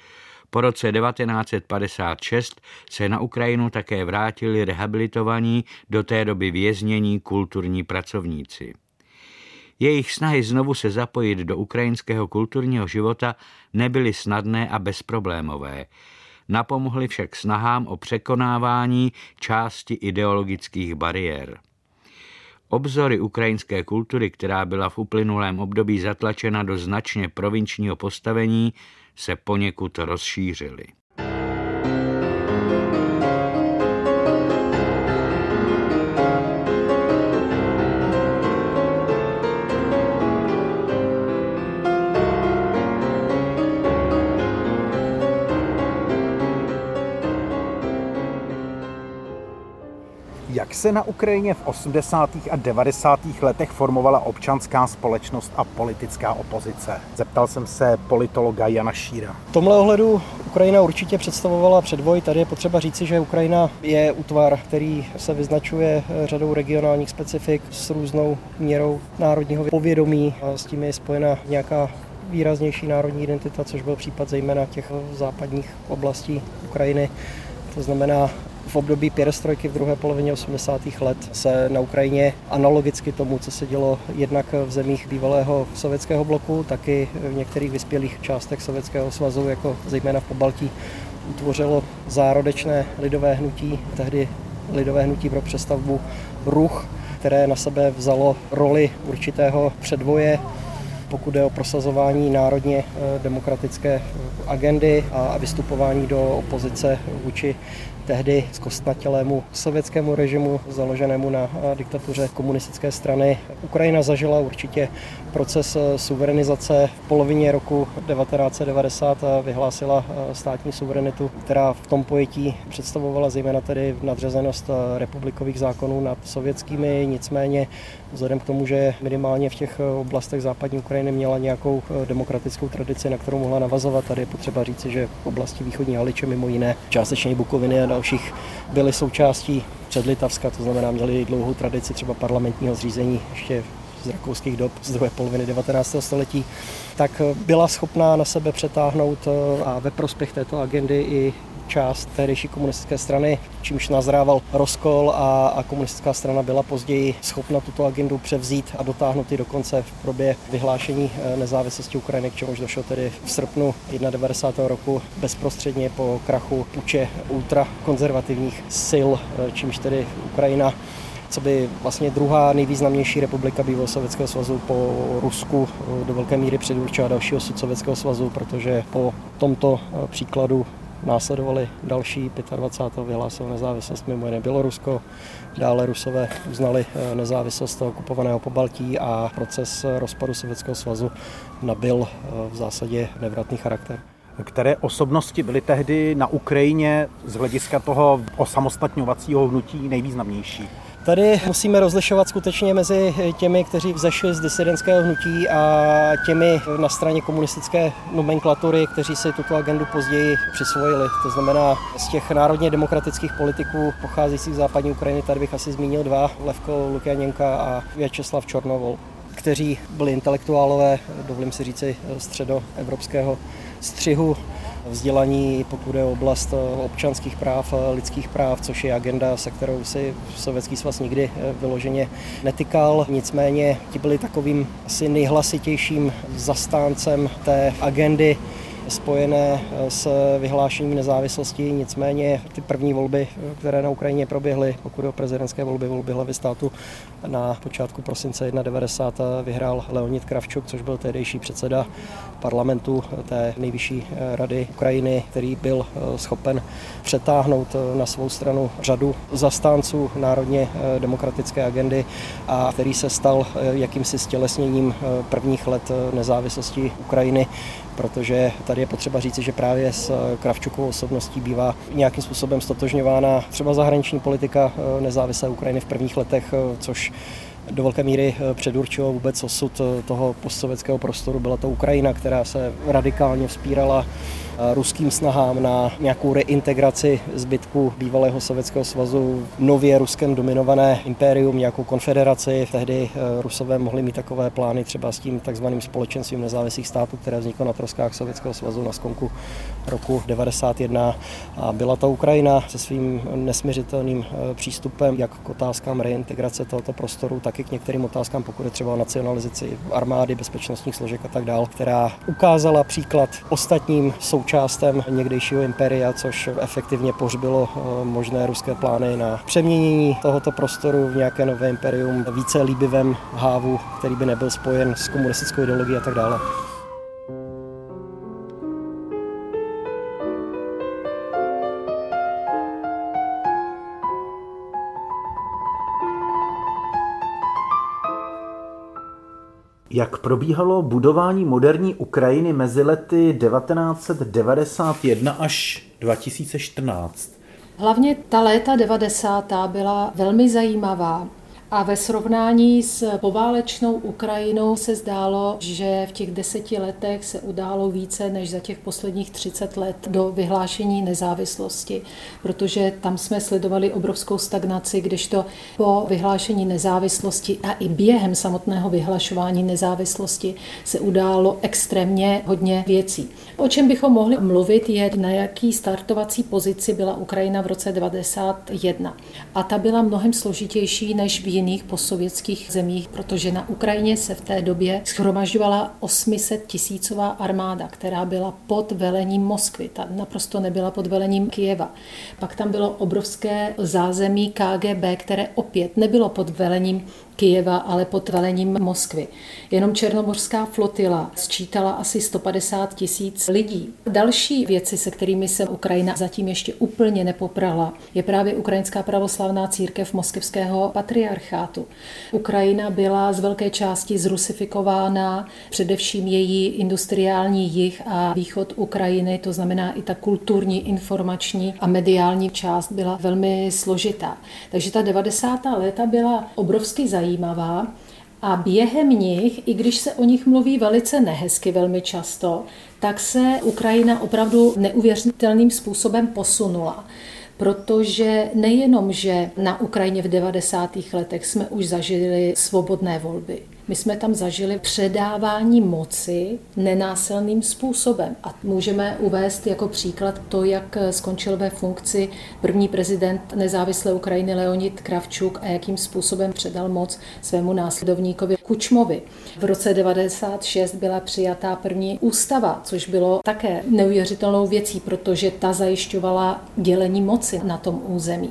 Speaker 5: Po roce devatenáct set padesát šest se na Ukrajinu také vrátili rehabilitovaní, do té doby věznění kulturní pracovníci. Jejich snahy znovu se zapojit do ukrajinského kulturního života nebyly snadné a bezproblémové. Napomohly však snahám o překonávání části ideologických bariér. Obzory ukrajinské kultury, která byla v uplynulém období zatlačena do značně provinčního postavení, se poněkud rozšířily.
Speaker 3: Jak se na Ukrajině v osmdesátých a devadesátých letech formovala občanská společnost a politická opozice? Zeptal jsem se politologa Jana Šíra.
Speaker 8: V tomhle ohledu Ukrajina určitě představovala předvoj. Tady je potřeba říci, že Ukrajina je útvar, který se vyznačuje řadou regionálních specifik s různou měrou národního povědomí a s tím je spojena nějaká výraznější národní identita, což byl případ zejména těch západních oblastí Ukrajiny. To znamená, v období perestrojky v druhé polovině osmdesátých let se na Ukrajině analogicky tomu, co se dělo jednak v zemích bývalého sovětského bloku, tak i v některých vyspělých částech Sovětského svazu, jako zejména v Pobaltí, utvořilo zárodečné lidové hnutí, tehdy lidové hnutí pro přestavbu Ruch, které na sebe vzalo roli určitého předvoje, pokud jde o prosazování národně demokratické agendy a vystupování do opozice vůči tehdy zkostnatělému sovětskému režimu, založenému na diktatuře komunistické strany. Ukrajina zažila určitě proces suverenizace. V polovině roku devatenáct set devadesát vyhlásila státní suverenitu, která v tom pojetí představovala zejména tedy nadřazenost republikových zákonů nad sovětskými. Nicméně vzhledem k tomu, že minimálně v těch oblastech západní Ukrajiny měla nějakou demokratickou tradici, na kterou mohla navazovat, tady je potřeba říci, že v oblasti východní Haliče mimo jiné částečně Bukoviny a dalších byly součástí Předlitavska, to znamená měli dlouhou tradici třeba parlamentního zřízení ještě z rakouských dob z druhé poloviny devatenáctého století, tak byla schopná na sebe přetáhnout a ve prospěch této agendy i část tehdejší komunistické strany, čímž nazrával rozkol a, a komunistická strana byla později schopna tuto agendu převzít a dotáhnout ji dokonce v probě vyhlášení nezávislosti Ukrajiny, k čemuž došlo tedy v srpnu devadesátého prvního roku bezprostředně po krachu puče ultrakonzervativních sil, čímž tedy Ukrajina co by vlastně druhá nejvýznamnější republika bývalého Sovětského svazu po Rusku do velké míry předurčila další osud Sovětského svazu, protože po tomto příkladu následovali další dvacátého pátého vyhlásilo nezávislost mimo jiné Bělorusko. Dále Rusové uznali nezávislost okupovaného Pobaltí a proces rozpadu Sovětského svazu nabyl v zásadě nevratný charakter.
Speaker 3: Které osobnosti byly tehdy na Ukrajině z hlediska toho osamostatňovacího hnutí nejvýznamnější?
Speaker 8: Tady musíme rozlišovat skutečně mezi těmi, kteří vzešli z disidentského hnutí a těmi na straně komunistické nomenklatury, kteří si tuto agendu později přisvojili. To znamená, z těch národně demokratických politiků pocházejících z západní Ukrajiny, tady bych asi zmínil dva, Levko Lukjaněnka a Vjačeslav Čornovol, kteří byli intelektuálové, dovolím si říci středoevropského střihu, vzdělaní, pokud je oblast občanských práv, lidských práv, což je agenda, se kterou si Sovětský svaz nikdy vyloženě netykal. Nicméně ti byli takovým asi nejhlasitějším zastáncem té agendy spojené s vyhlášením nezávislosti. Nicméně ty první volby, které na Ukrajině proběhly, pokud o prezidentské volby, volby hlavy státu na počátku prosince devadesátého prvního vyhrál Leonid Kravčuk, což byl tehdejší předseda parlamentu té nejvyšší rady Ukrajiny, který byl schopen přetáhnout na svou stranu řadu zastánců národně demokratické agendy a který se stal jakýmsi stělesněním prvních let nezávislosti Ukrajiny, protože tady je potřeba říci, že právě s Kravčukovou osobností bývá nějakým způsobem stotožňována třeba zahraniční politika nezávislé Ukrajiny v prvních letech, což do velké míry předurčilo vůbec osud toho postsovětského prostoru. Byla to Ukrajina, která se radikálně vzpírala ruským snahám na nějakou reintegraci zbytku bývalého Sovětského svazu, nově Ruskem dominované impérium, nějakou konfederaci. Tehdy Rusové mohli mít takové plány třeba s tím takzvaným společenstvím nezávislých států, které vzniklo na troskách Sovětského svazu na sklonku roku devadesát jedna. A byla to Ukrajina se svým nesmiřitelným přístupem jak k otázkám reintegrace tohoto prostoru, tak i k některým otázkám, pokud je třeba o nacionalizaci armády, bezpečnostních složek a tak dál, která ukázala příklad ostatním součástem někdejšího impéria, což efektivně pohřbilo možné ruské plány na přeměnění tohoto prostoru v nějaké nové impérium, více líbivém hávu, který by nebyl spojen s komunistickou ideologií a tak dále.
Speaker 3: Jak probíhalo budování moderní Ukrajiny mezi lety devatenáct set devadesát jedna až dva tisíce čtrnáct?
Speaker 7: Hlavně ta léta devadesátá byla velmi zajímavá. A ve srovnání s poválečnou Ukrajinou se zdálo, že v těch deseti letech se událo více než za těch posledních třicet let do vyhlášení nezávislosti, protože tam jsme sledovali obrovskou stagnaci, kdežto po vyhlášení nezávislosti a i během samotného vyhlašování nezávislosti se událo extrémně hodně věcí. O čem bychom mohli mluvit je, na jaký startovací pozici byla Ukrajina v roce devadesát jedna. A ta byla mnohem složitější než v jiných jiných postsovětských zemích, protože na Ukrajině se v té době shromažďovala osm set tisícová armáda, která byla pod velením Moskvy. Ta naprosto nebyla pod velením Kyjeva. Pak tam bylo obrovské zázemí K G B, které opět nebylo pod velením Kyjeva, ale pod velením Moskvy. Jenom černomořská flotila sčítala asi sto padesát tisíc lidí. Další věci, se kterými se Ukrajina zatím ještě úplně nepoprala, je právě Ukrajinská pravoslavná církev moskevského patriarchátu. Ukrajina byla z velké části zrusifikována, především její industriální jih a východ Ukrajiny, to znamená i ta kulturní, informační a mediální část byla velmi složitá. Takže ta devadesátá léta byla obrovsky zajímavá a během nich, i když se o nich mluví velice nehezky velmi často, tak se Ukrajina opravdu neuvěřitelným způsobem posunula. Protože nejenom, že na Ukrajině v devadesátých letech jsme už zažili svobodné volby, my jsme tam zažili předávání moci nenásilným způsobem. A můžeme uvést jako příklad to, jak skončil ve funkci první prezident nezávislé Ukrajiny Leonid Kravčuk a jakým způsobem předal moc svému následovníkovi Kučmovi. V roce devadesát šest byla přijatá první ústava, což bylo také neuvěřitelnou věcí, protože ta zajišťovala dělení moci na tom území.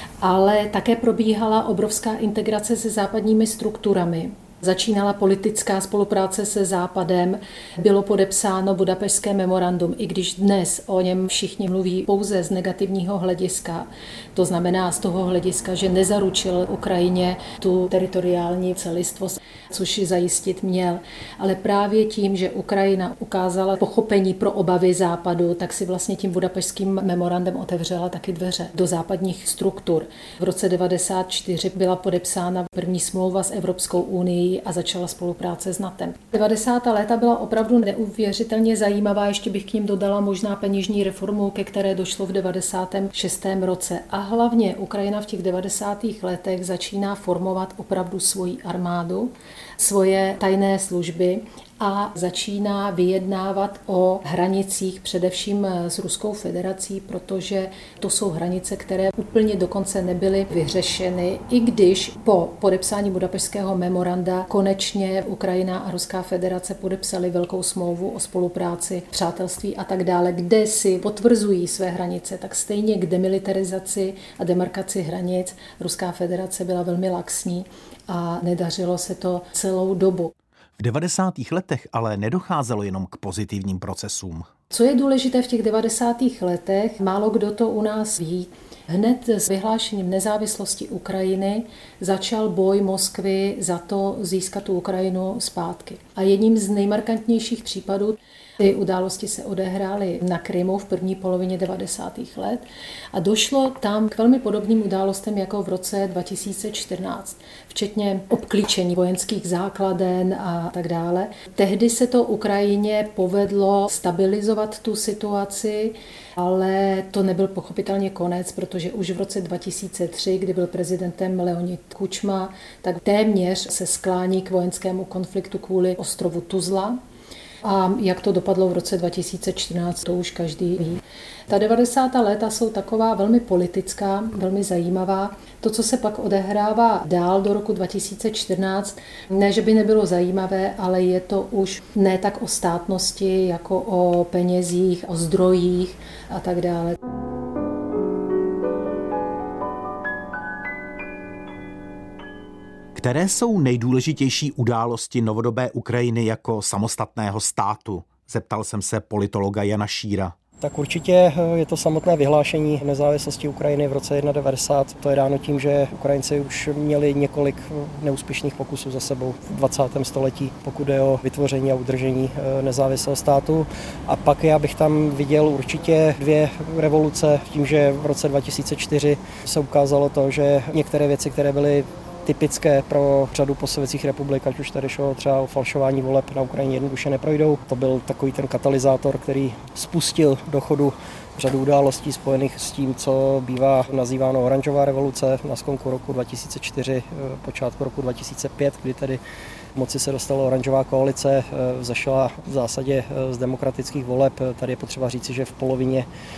Speaker 7: Ale také probíhala obrovská integrace se západními strukturami. Začínala politická spolupráce se Západem, bylo podepsáno Budapešťské memorandum, i když dnes o něm všichni mluví pouze z negativního hlediska. To znamená z toho hlediska, že nezaručil Ukrajině tu teritoriální celistvost, což ji zajistit měl. Ale právě tím, že Ukrajina ukázala pochopení pro obavy Západu, tak si vlastně tím Budapešťským memorandem otevřela taky dveře do západních struktur. V roce devadesát čtyři byla podepsána první smlouva s Evropskou unií a začala spolupráce s NATEM. devadesátá léta byla opravdu neuvěřitelně zajímavá, ještě bych k ním dodala možná peněžní reformu, ke které došlo v devadesátém šestém roce. A hlavně Ukrajina v těch devadesátých letech začíná formovat opravdu svoji armádu, svoje tajné služby a začíná vyjednávat o hranicích především s Ruskou federací, protože to jsou hranice, které úplně dokonce nebyly vyřešeny, i když po podepsání Budapešťského memoranda konečně Ukrajina a Ruská federace podepsali velkou smlouvu o spolupráci, přátelství a tak dále, kde si potvrzují své hranice, tak stejně k demilitarizaci a demarkaci hranic Ruská federace byla velmi laxní a nedařilo se to celou dobu.
Speaker 3: V devadesátých letech ale nedocházelo jenom k pozitivním procesům.
Speaker 7: Co je důležité v těch devadesátých letech, málo kdo to u nás ví. Hned s vyhlášením nezávislosti Ukrajiny začal boj Moskvy za to získat tu Ukrajinu zpátky. A jedním z nejmarkantnějších případů ty události se odehrály na Krymu v první polovině devadesátých let a došlo tam k velmi podobným událostem jako v roce dva tisíce čtrnáct, včetně obklíčení vojenských základen a tak dále. Tehdy se to Ukrajině povedlo stabilizovat tu situaci, ale to nebyl pochopitelně konec, protože už v roce dva tisíce tři, kdy byl prezidentem Leonid Kučma, tak téměř se sklání k vojenskému konfliktu kvůli ostrovu Tuzla. A jak to dopadlo v roce dva tisíce čtrnáct, to už každý ví. Ta devadesátá léta jsou taková velmi politická, velmi zajímavá. To, co se pak odehrává dál do roku dva tisíce čtrnáct, ne, že by nebylo zajímavé, ale je to už ne tak o státnosti, jako o penězích, o zdrojích a tak dále.
Speaker 3: Které jsou nejdůležitější události novodobé Ukrajiny jako samostatného státu? Zeptal jsem se politologa Jana Šíra.
Speaker 8: Tak určitě je to samotné vyhlášení nezávislosti Ukrajiny v roce devadesát jedna. To je dáno tím, že Ukrajinci už měli několik neúspěšných pokusů za sebou v dvacátém století, pokud je o vytvoření a udržení nezávislého státu. A pak já bych tam viděl určitě dvě revoluce, tím, že v roce dva tisíce čtyři se ukázalo to, že některé věci, které byly typické pro řadu postsovětských republik, ať už tady šlo třeba o falšování voleb, na Ukrajině jednoduše neprojdou. To byl takový ten katalyzátor, který spustil do chodu řadu událostí spojených s tím, co bývá nazýváno oranžová revoluce na sklonku roku dva tisíce čtyři, počátku roku dva tisíce pět, kdy tedy k moci se dostala oranžová koalice, vzešla v zásadě z demokratických voleb. Tady je potřeba říci, že v polovině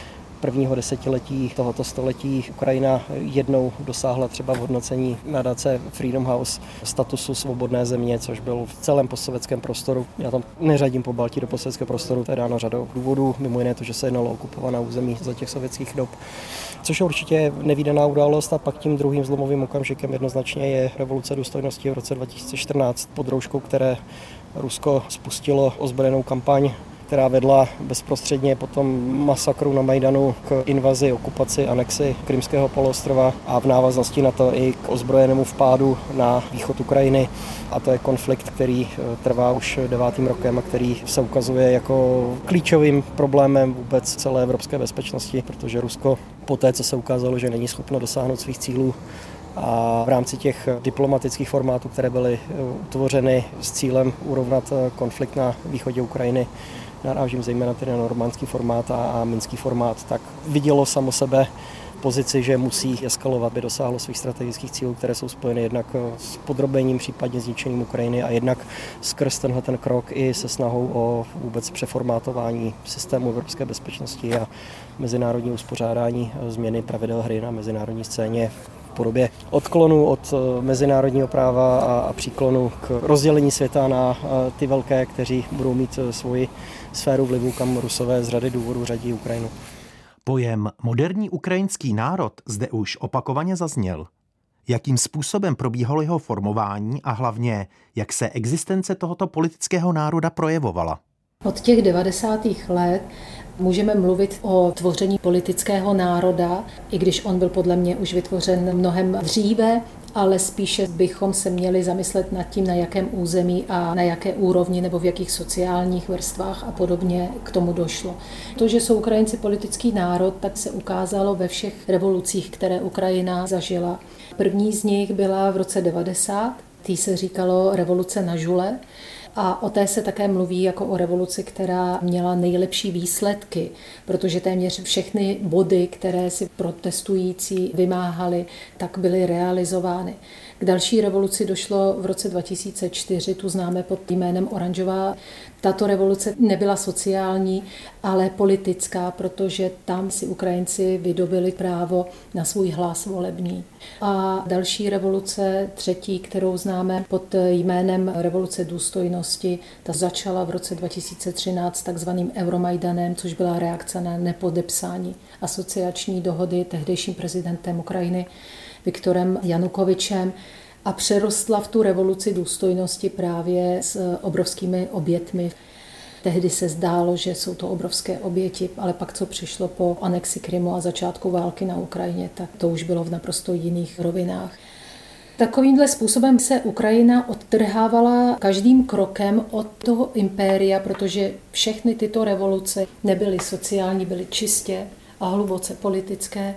Speaker 8: prvního desetiletí tohoto století Ukrajina jednou dosáhla třeba v hodnocení nadace Freedom House statusu svobodné země, což byl v celém postsovětském prostoru. Já tam neřadím po Baltí do postsovětského prostoru, to je dáno řadou důvodů, mimo jiné to, že se jednalo o okupovaná území za těch sovětských dob. Což je určitě nevídaná událost a pak tím druhým zlomovým okamžikem jednoznačně je revoluce důstojnosti v roce dva tisíce čtrnáct, pod rouškou které Rusko spustilo ozbrojenou kampaň, která vedla bezprostředně po tom masakru na Majdanu k invazi, okupaci, anexi Krymského poloostrova a v návaznosti na to i k ozbrojenému vpádu na východ Ukrajiny. A to je konflikt, který trvá už devátým rokem a který se ukazuje jako klíčovým problémem vůbec celé evropské bezpečnosti, protože Rusko poté, co se ukázalo, že není schopno dosáhnout svých cílů, a v rámci těch diplomatických formátů, které byly utvořeny s cílem urovnat konflikt na východě Ukrajiny, narážím zejména tedy na normandský formát a, a minský formát, tak vidělo samo sebe pozici, že musí eskalovat, aby dosáhlo svých strategických cílů, které jsou spojeny jednak s podrobením, případně zničením Ukrajiny a jednak skrz tenhle ten krok i se snahou o vůbec přeformátování systému evropské bezpečnosti a mezinárodní uspořádání změny pravidel hry na mezinárodní scéně v podobě odklonu od mezinárodního práva a příklonu k rozdělení světa na ty velké, kteří budou mít svoji sféru vlivu, kam Rusové z řady důvodů řadí Ukrajinu.
Speaker 3: Pojem moderní ukrajinský národ zde už opakovaně zazněl. Jakým způsobem probíhalo jeho formování a hlavně, jak se existence tohoto politického národa projevovala?
Speaker 7: Od těch devadesátých let můžeme mluvit o tvoření politického národa, i když on byl podle mě už vytvořen mnohem dříve, ale spíše bychom se měli zamyslet nad tím, na jakém území a na jaké úrovni nebo v jakých sociálních vrstvách a podobně k tomu došlo. To, že jsou Ukrajinci politický národ, tak se ukázalo ve všech revolucích, které Ukrajina zažila. První z nich byla v roce devadesát, tý se říkalo revoluce na žule. A o té se také mluví jako o revoluci, která měla nejlepší výsledky, protože téměř všechny body, které si protestující vymáhali, tak byly realizovány. K další revoluci došlo v roce dva tisíce čtyři, tu známe pod jménem Oranžová. Tato revoluce nebyla sociální, ale politická, protože tam si Ukrajinci vydobili právo na svůj hlas volební. A další revoluce, třetí, kterou známe pod jménem revoluce důstojnosti, ta začala v roce dva tisíce třináct takzvaným Euromajdanem, což byla reakce na nepodepsání asociační dohody tehdejším prezidentem Ukrajiny Viktorem Janukovyčem a přerostla v tu revoluci důstojnosti právě s obrovskými obětmi. Tehdy se zdálo, že jsou to obrovské oběti, ale pak, co přišlo po anexi Krymu a začátku války na Ukrajině, tak to už bylo v naprosto jiných rovinách. Takovýmhle způsobem se Ukrajina odtrhávala každým krokem od toho impéria, protože všechny tyto revoluce nebyly sociální, byly čistě a hluboce politické.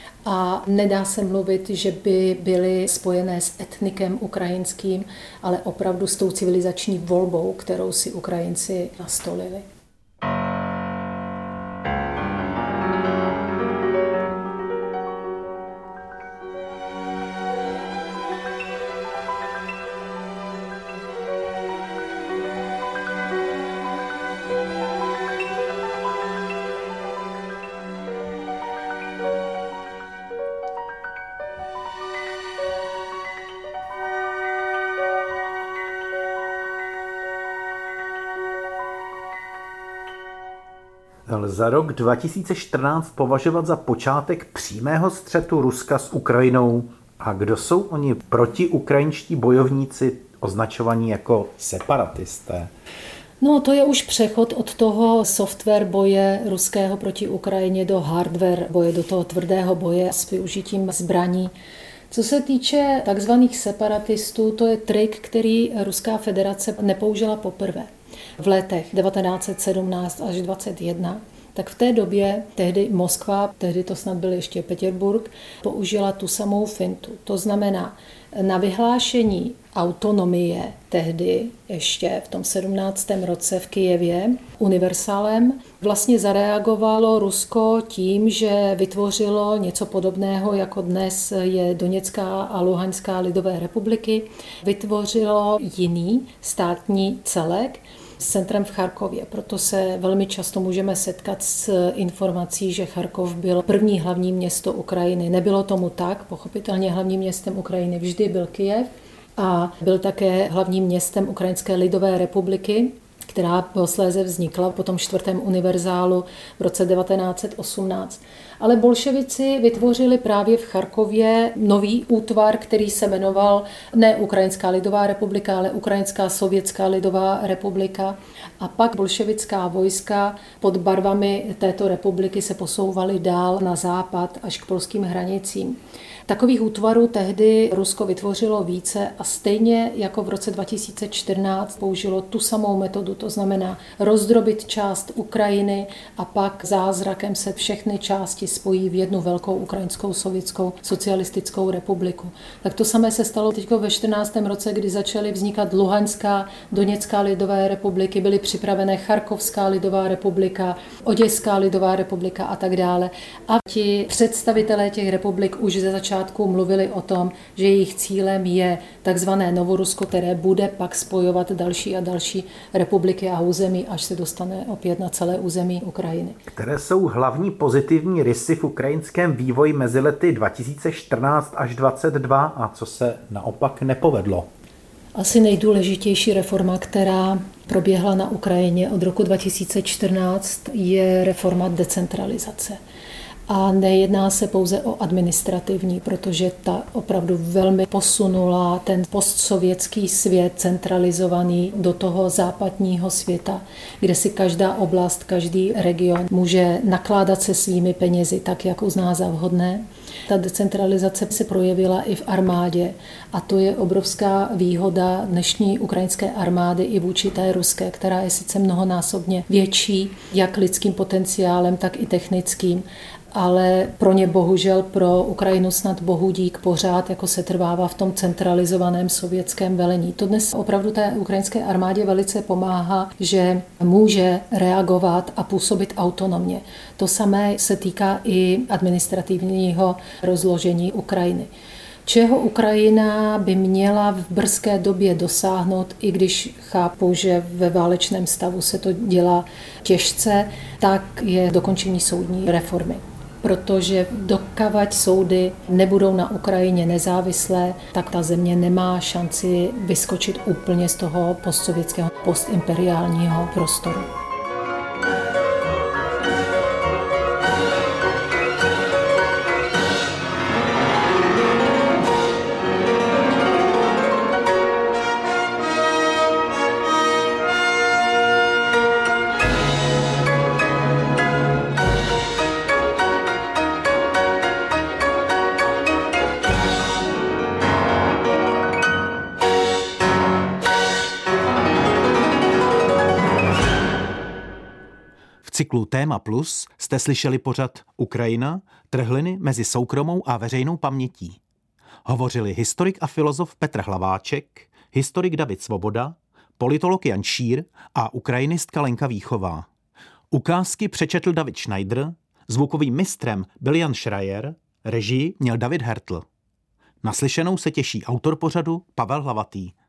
Speaker 7: A nedá se mluvit, že by byly spojené s etnikem ukrajinským, ale opravdu s tou civilizační volbou, kterou si Ukrajinci nastolili.
Speaker 3: Lze rok dva tisíce čtrnáct považovat za počátek přímého střetu Ruska s Ukrajinou? A kdo jsou oni protiukrajinští bojovníci označovaní jako separatisté?
Speaker 7: No, to je už přechod od toho software boje ruského proti Ukrajině do hardware boje, do toho tvrdého boje s využitím zbraní. Co se týče takzvaných separatistů, to je trik, který Ruská federace nepoužila poprvé. V letech devatenáct set sedmnáct až dvacet jedna, tak v té době tehdy Moskva, tehdy to snad byl ještě Petěrburg, použila tu samou fintu. To znamená, na vyhlášení autonomie tehdy ještě v tom sedmnáctém roce v Kyjevě universálem vlastně zareagovalo Rusko tím, že vytvořilo něco podobného, jako dnes je Doněcká a Luhanská lidové republiky, vytvořilo jiný státní celek, s centrem v Charkově. Proto se velmi často můžeme setkat s informací, že Charkov byl první hlavní město Ukrajiny. Nebylo tomu tak, pochopitelně hlavním městem Ukrajiny vždy byl Kyjev a byl také hlavním městem Ukrajinské lidové republiky, která posléze vznikla po tom čtvrtém univerzálu v roce devatenáct set osmnáct. Ale bolševici vytvořili právě v Charkově nový útvar, který se jmenoval ne Ukrajinská lidová republika, ale Ukrajinská sovětská lidová republika. A pak bolševická vojska pod barvami této republiky se posouvaly dál na západ až k polským hranicím. Takových útvarů tehdy Rusko vytvořilo více a stejně jako v roce dva tisíce čtrnáct použilo tu samou metodu, to znamená rozdrobit část Ukrajiny a pak zázrakem se všechny části spojí v jednu velkou ukrajinskou sovětskou socialistickou republiku. Tak to samé se stalo teď ve čtrnáctém roce, kdy začaly vznikat Luhanská, Doněcká lidové republiky, byly připravené Charkovská lidová republika, Oděská lidová republika a tak dále. A ti představitelé těch republik už ze začátku mluvili o tom, že jejich cílem je takzvané Novorusko, které bude pak spojovat další a další republiky a území, až se dostane opět na celé území Ukrajiny.
Speaker 3: Které jsou hlavní pozitivní rysy v ukrajinském vývoji mezi lety dva tisíce čtrnáct až dvacet dva a co se naopak nepovedlo?
Speaker 7: Asi nejdůležitější reforma, která proběhla na Ukrajině od roku dva tisíce čtrnáct, je reforma decentralizace. A nejedná se pouze o administrativní, protože ta opravdu velmi posunula ten postsovětský svět centralizovaný do toho západního světa, kde si každá oblast, každý region může nakládat se svými penězi tak, jak uzná za vhodné. Ta decentralizace se projevila i v armádě a to je obrovská výhoda dnešní ukrajinské armády i vůči té ruské, která je sice mnohonásobně větší, jak lidským potenciálem, tak i technickým, ale pro ně bohužel, pro Ukrajinu snad bohu dík pořád jako se trvává v tom centralizovaném sovětském velení. To dnes opravdu té ukrajinské armádě velice pomáhá, že může reagovat a působit autonomně. To samé se týká i administrativního rozložení Ukrajiny. Čeho Ukrajina by měla v brzké době dosáhnout, i když chápu, že ve válečném stavu se to dělá těžce, tak je dokončení soudní reformy. Protože dokavať soudy nebudou na Ukrajině nezávislé, tak ta země nemá šanci vyskočit úplně z toho postsovětského, postimperiálního prostoru.
Speaker 3: V cyklu Téma Plus jste slyšeli pořad Ukrajina, trhliny mezi soukromou a veřejnou pamětí. Hovořili historik a filozof Petr Hlaváček, historik David Svoboda, politolog Jan Šír a ukrajinistka Lenka Víchová. Ukázky přečetl David Schneider, zvukovým mistrem byl Jan Schreier, režii měl David Hertl. Naslyšenou se těší autor pořadu Pavel Hlavatý.